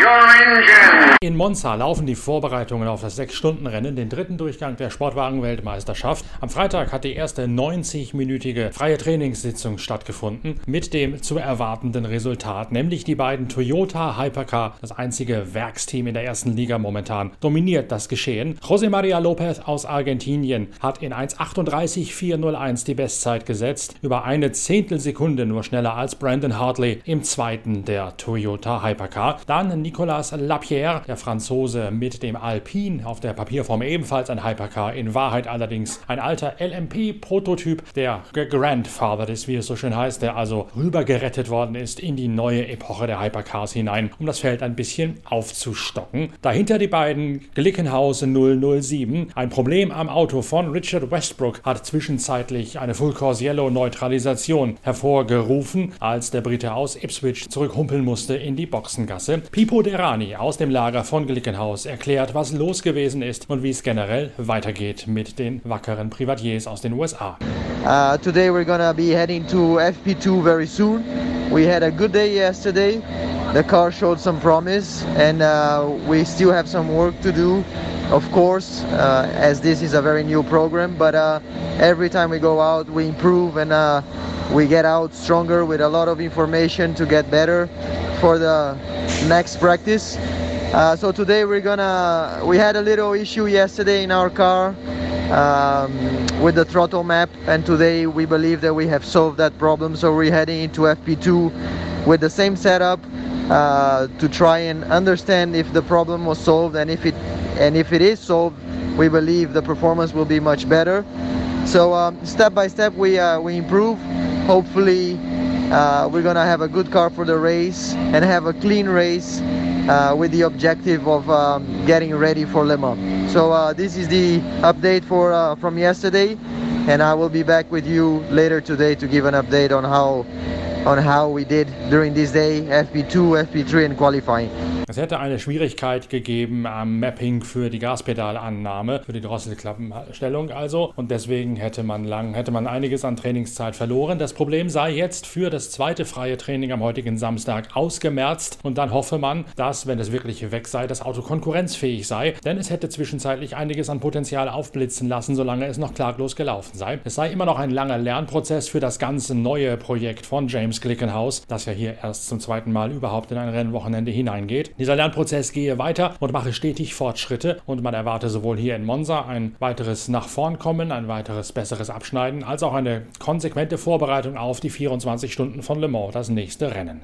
your engine. In Monza laufen die Vorbereitungen auf das 6-Stunden-Rennen, den dritten Durchgang der Sportwagen-Weltmeisterschaft. Am Freitag hat die erste 90-minütige freie Trainingssitzung stattgefunden mit dem zu erwartenden Resultat, nämlich die beiden Toyota Hypercar, das einzige Werksteam in der ersten Liga momentan, dominiert das Geschehen. José María López aus Argentinien hat in 1:38,401 die Bestzeit gesetzt, über eine Zehntelsekunde nur schneller als Brandon Hartley im zweiten der Toyota Hypercar. Dann Nicolas Lapierre, der Franzose mit dem Alpine, auf der Papierform ebenfalls ein Hypercar, in Wahrheit allerdings ein alter LMP-Prototyp, der Grandfather ist, wie es so schön heißt, der also rübergerettet worden ist in die neue Epoche der Hypercars hinein, um das Feld ein bisschen aufzustocken. Dahinter die beiden Glickenhaus 007. Ein Problem am Auto von Richard Westbrook hat zwischenzeitlich eine Full Course Yellow Neutralisation hervorgerufen, als der Brite aus Ipswich zurückhumpeln musste in die Boxengasse. Pipo Derani aus dem Lager von Glickenhaus erklärt, was los gewesen ist und wie es generell weitergeht mit den wackeren Privatiers aus den USA. Today we're gonna be heading to FP2 very soon. We had a good day yesterday. The car showed some promise and we still have some work to do, of course, as this is a very new program, but every time we go out we improve and we get out stronger with a lot of information to get better for the next practice. So today we had a little issue yesterday in our car with the throttle map, and today we believe that we have solved that problem, so we're heading into FP2 with the same setup to try and understand if the problem was solved, and if it is solved, we believe the performance will be much better. So step by step we improve. Hopefully we're gonna have a good car for the race and have a clean race with the objective of getting ready for Le Mans. So this is the update from yesterday, and I will be back with you later today to give an update on how we did during this day, FP2, FP3 and qualifying. Es hätte eine Schwierigkeit gegeben am Mapping für die Gaspedalannahme, für die Drosselklappenstellung also, und deswegen hätte man einiges an Trainingszeit verloren. Das Problem sei jetzt für das zweite freie Training am heutigen Samstag ausgemerzt, und dann hoffe man, dass, wenn es wirklich weg sei, das Auto konkurrenzfähig sei, denn es hätte zwischenzeitlich einiges an Potenzial aufblitzen lassen, solange es noch klaglos gelaufen sei. Es sei immer noch ein langer Lernprozess für das ganze neue Projekt von James Glickenhaus, das ja hier erst zum zweiten Mal überhaupt in ein Rennwochenende hineingeht. Dieser Lernprozess gehe weiter und mache stetig Fortschritte, und man erwarte sowohl hier in Monza ein weiteres nach vorn kommen, ein weiteres besseres Abschneiden, als auch eine konsequente Vorbereitung auf die 24 Stunden von Le Mans, das nächste Rennen.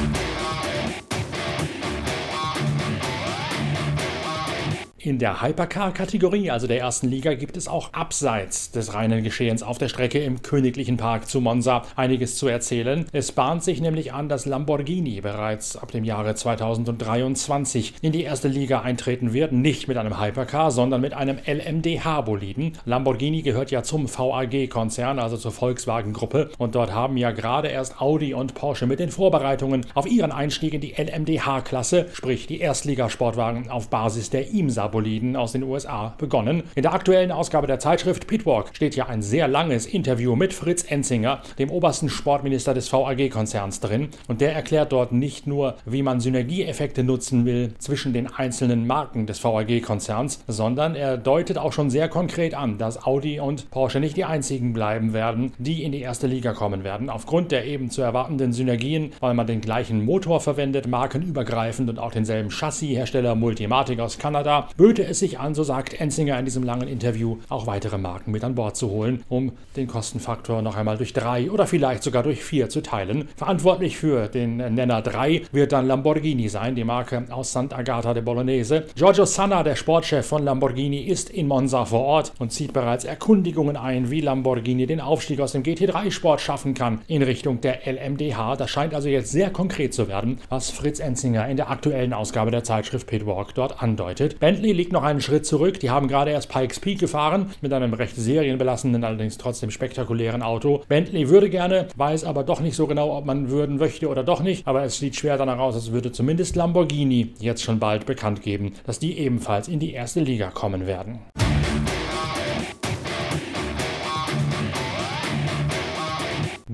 In der Hypercar-Kategorie, also der ersten Liga, gibt es auch abseits des reinen Geschehens auf der Strecke im Königlichen Park zu Monza einiges zu erzählen. Es bahnt sich nämlich an, dass Lamborghini bereits ab dem Jahre 2023 in die erste Liga eintreten wird, nicht mit einem Hypercar, sondern mit einem LMDH-Boliden. Lamborghini gehört ja zum VAG-Konzern, also zur Volkswagen-Gruppe, und dort haben ja gerade erst Audi und Porsche mit den Vorbereitungen auf ihren Einstieg in die LMDH-Klasse, sprich die Erstligasportwagen auf Basis der IMSA-Boliden aus den USA begonnen. In der aktuellen Ausgabe der Zeitschrift Pitwalk steht ja ein sehr langes Interview mit Fritz Enzinger, dem obersten Sportminister des VAG-Konzerns, drin, und der erklärt dort nicht nur, wie man Synergieeffekte nutzen will zwischen den einzelnen Marken des VAG-Konzerns, sondern er deutet auch schon sehr konkret an, dass Audi und Porsche nicht die einzigen bleiben werden, die in die erste Liga kommen werden, aufgrund der eben zu erwartenden Synergien, weil man den gleichen Motor verwendet, markenübergreifend, und auch denselben Chassishersteller Multimatic aus Kanada, böte es sich an, so sagt Enzinger in diesem langen Interview, auch weitere Marken mit an Bord zu holen, um den Kostenfaktor noch einmal durch 3 oder vielleicht sogar durch 4 zu teilen. Verantwortlich für den Nenner 3 wird dann Lamborghini sein, die Marke aus Sant'Agata de Bolognese. Giorgio Sanna, der Sportchef von Lamborghini, ist in Monza vor Ort und zieht bereits Erkundigungen ein, wie Lamborghini den Aufstieg aus dem GT3-Sport schaffen kann in Richtung der LMDH. Das scheint also jetzt sehr konkret zu werden, was Fritz Enzinger in der aktuellen Ausgabe der Zeitschrift Pitwalk dort andeutet. Bentley liegt noch einen Schritt zurück. Die haben gerade erst Pikes Peak gefahren, mit einem recht serienbelassenen, allerdings trotzdem spektakulären Auto. Bentley würde gerne, weiß aber doch nicht so genau, ob man würden möchte oder doch nicht. Aber es sieht schwer danach aus, als würde zumindest Lamborghini jetzt schon bald bekannt geben, dass die ebenfalls in die erste Liga kommen werden.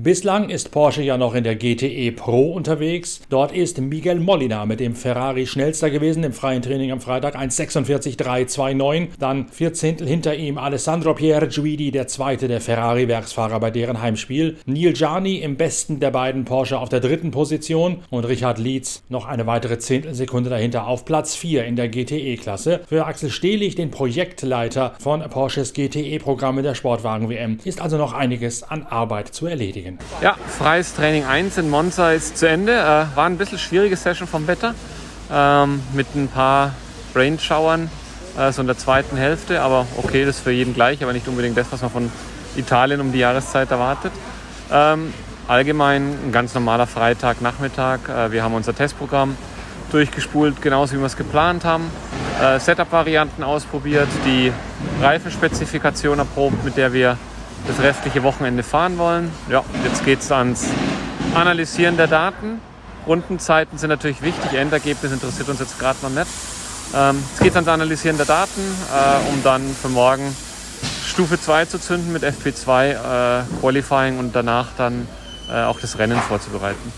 Bislang ist Porsche ja noch in der GTE Pro unterwegs. Dort ist Miguel Molina mit dem Ferrari schnellster gewesen im freien Training am Freitag, 1,46,329. Dann 14. hinter ihm Alessandro Pierguidi, der zweite der Ferrari-Werksfahrer bei deren Heimspiel. Neel Jani im besten der beiden Porsche auf der 3. Position und Richard Lietz noch eine weitere Zehntelsekunde dahinter auf Platz 4 in der GTE-Klasse. Für Axel Stehlich, den Projektleiter von Porsches GTE-Programm in der Sportwagen-WM, ist also noch einiges an Arbeit zu erledigen. Ja, freies Training 1 in Monza ist zu Ende. War ein bisschen schwierige Session vom Wetter, mit ein paar Rainshowern so in der zweiten Hälfte, aber okay, das ist für jeden gleich, aber nicht unbedingt das, was man von Italien um die Jahreszeit erwartet. Allgemein ein ganz normaler Freitagnachmittag. Wir haben unser Testprogramm durchgespult, genauso wie wir es geplant haben. Setup-Varianten ausprobiert, die Reifenspezifikation erprobt, mit der wir das restliche Wochenende fahren wollen. Ja, jetzt geht es ans Analysieren der Daten. Rundenzeiten sind natürlich wichtig, Endergebnis interessiert uns jetzt gerade noch nicht. Jetzt geht es ans Analysieren der Daten, um dann für morgen Stufe 2 zu zünden mit FP2 Qualifying und danach dann auch das Rennen vorzubereiten.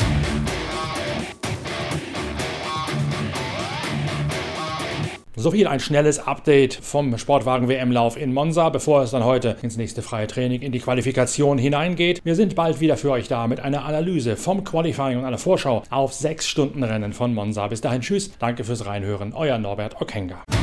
So viel ein schnelles Update vom Sportwagen-WM-Lauf in Monza, bevor es dann heute ins nächste freie Training in die Qualifikation hineingeht. Wir sind bald wieder für euch da mit einer Analyse vom Qualifying und einer Vorschau auf 6-Stunden-Rennen von Monza. Bis dahin, tschüss, danke fürs Reinhören, euer Norbert Okenga.